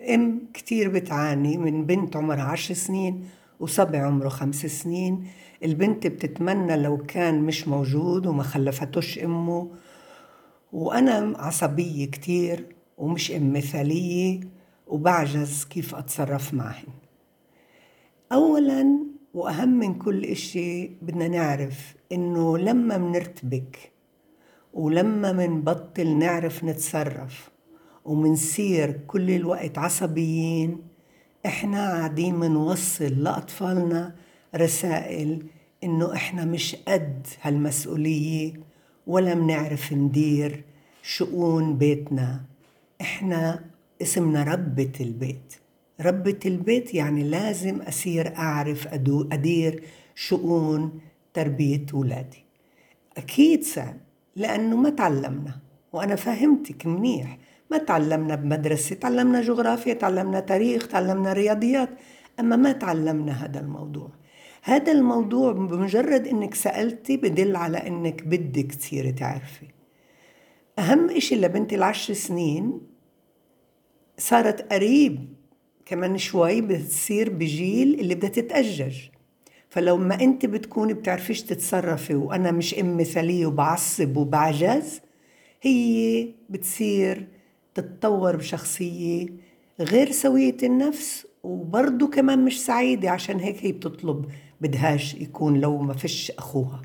ام كتير بتعاني من بنت عمرها 10 سنين وصبي عمره 5 سنين. البنت بتتمنى لو كان مش موجود وما خلفتوش امه. وانا عصبية كتير ومش ام مثالية وبعجز كيف اتصرف معهن. اولا واهم من كل اشي بدنا نعرف انه لما منرتبك ولما منبطل نعرف نتصرف ومنصير كل الوقت عصبيين، احنا قاعدين منوصل لأطفالنا رسائل انه احنا مش قد هالمسؤولية ولا منعرف ندير شؤون بيتنا. احنا اسمنا ربة البيت. ربة البيت يعني لازم أصير أعرف أدير شؤون تربية أولادي. أكيد صعب لأنه ما تعلمنا، وأنا فهمتك منيح. ما تعلمنا بمدرسة، تعلمنا جغرافيا، تعلمنا تاريخ، تعلمنا رياضيات، أما ما تعلمنا هذا الموضوع. هذا الموضوع بمجرد إنك سألتي بدل على إنك بدك تصيري تعرفي. أهم إشي لبنتي 10 سنين صارت قريب كمان شوي بتصير بجيل اللي بدها تتأجج. فلو ما انت بتكوني بتعرفيش تتصرفي وانا مش ام مثالية وبعصب وبعجز، هي بتصير تتطور بشخصية غير سوية النفس وبرضو كمان مش سعيدة. عشان هيك هي بتطلب بدهاش يكون لو ما فيش أخوها.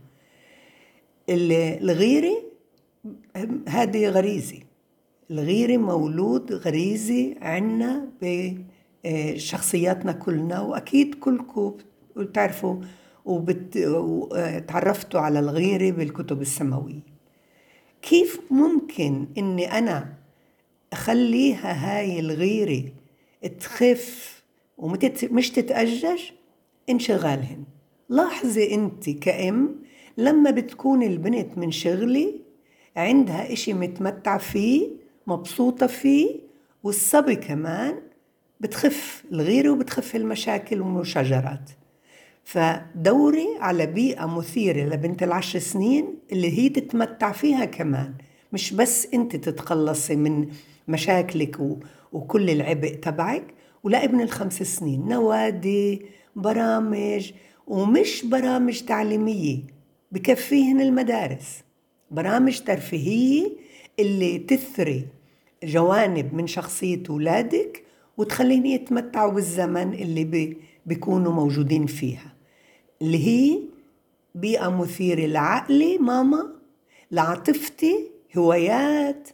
الغيرة هذه غريزة. الغيرة مولود غريزي عنا بشخصياتنا كلنا، وأكيد كلكم بتعرفوا وتعرفتوا على الغيرة بالكتب السماوية. كيف ممكن إني أنا أخليها هاي الغيرة تخف ومش تتأجج؟ انشغالهن. لاحظي أنت كأم لما بتكون البنت من شغلي عندها إشي متمتع فيه مبسوطة فيه، والصبي كمان بتخف الغيرة وبتخف المشاكل والمشاجرات. فدوري على بيئة مثيرة لبنت 10 سنين اللي هي تتمتع فيها كمان، مش بس انت تتخلصي من مشاكلك وكل العبء تبعك. ولا ابن 5 سنين نوادي، برامج، ومش برامج تعليمية بكفيهن المدارس، برامج ترفيهية اللي تثري جوانب من شخصية أولادك وتخليني يتمتعوا بالزمن اللي بيكونوا موجودين فيها، اللي هي بيئة مثيرة لعقلي ماما، لعاطفتي، هوايات،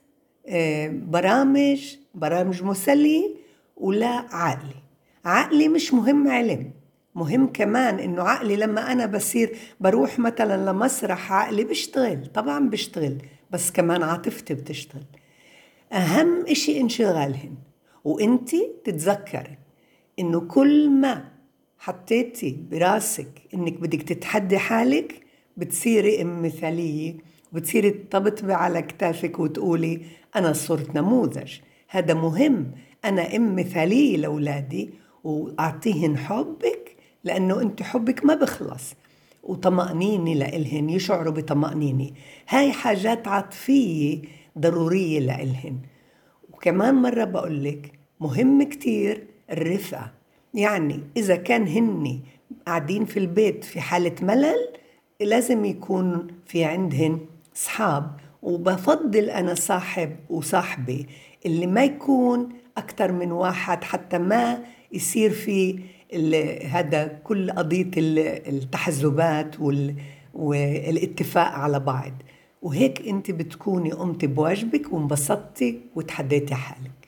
برامج مسلية، ولا عقلي. عقلي مش مهم علم، مهم كمان إنه عقلي لما أنا بصير بروح مثلا لمسرح عقلي بيشتغل، طبعا بيشتغل، بس كمان عاطفتي بتشتغل. أهم إشي انشغالهن. وإنتي تتذكري إنه كل ما حطيتي براسك إنك بدك تتحدي حالك بتصيري ام مثالية، وبتصيري تطبطبي على كتافك وتقولي أنا صرت نموذج. هذا مهم. أنا ام مثالية لأولادي وأعطيهن حبك، لأنه أنت حبك ما بخلص، وطمأنينة لإلهن، يشعروا بطمأنينة. هاي حاجات عاطفية ضرورية لإلهن. وكمان مرة بقولك مهم كتير الرفقة. يعني إذا كان هني قاعدين في البيت في حالة ملل، لازم يكون في عندهن صحاب. وبفضل أنا صاحب وصاحبي اللي ما يكون أكتر من واحد، حتى ما يصير في هذا كل قضية التحزبات والاتفاق على بعض. وهيك انت بتكوني قمتي بواجبك وانبسطتي وتحديتي حالك.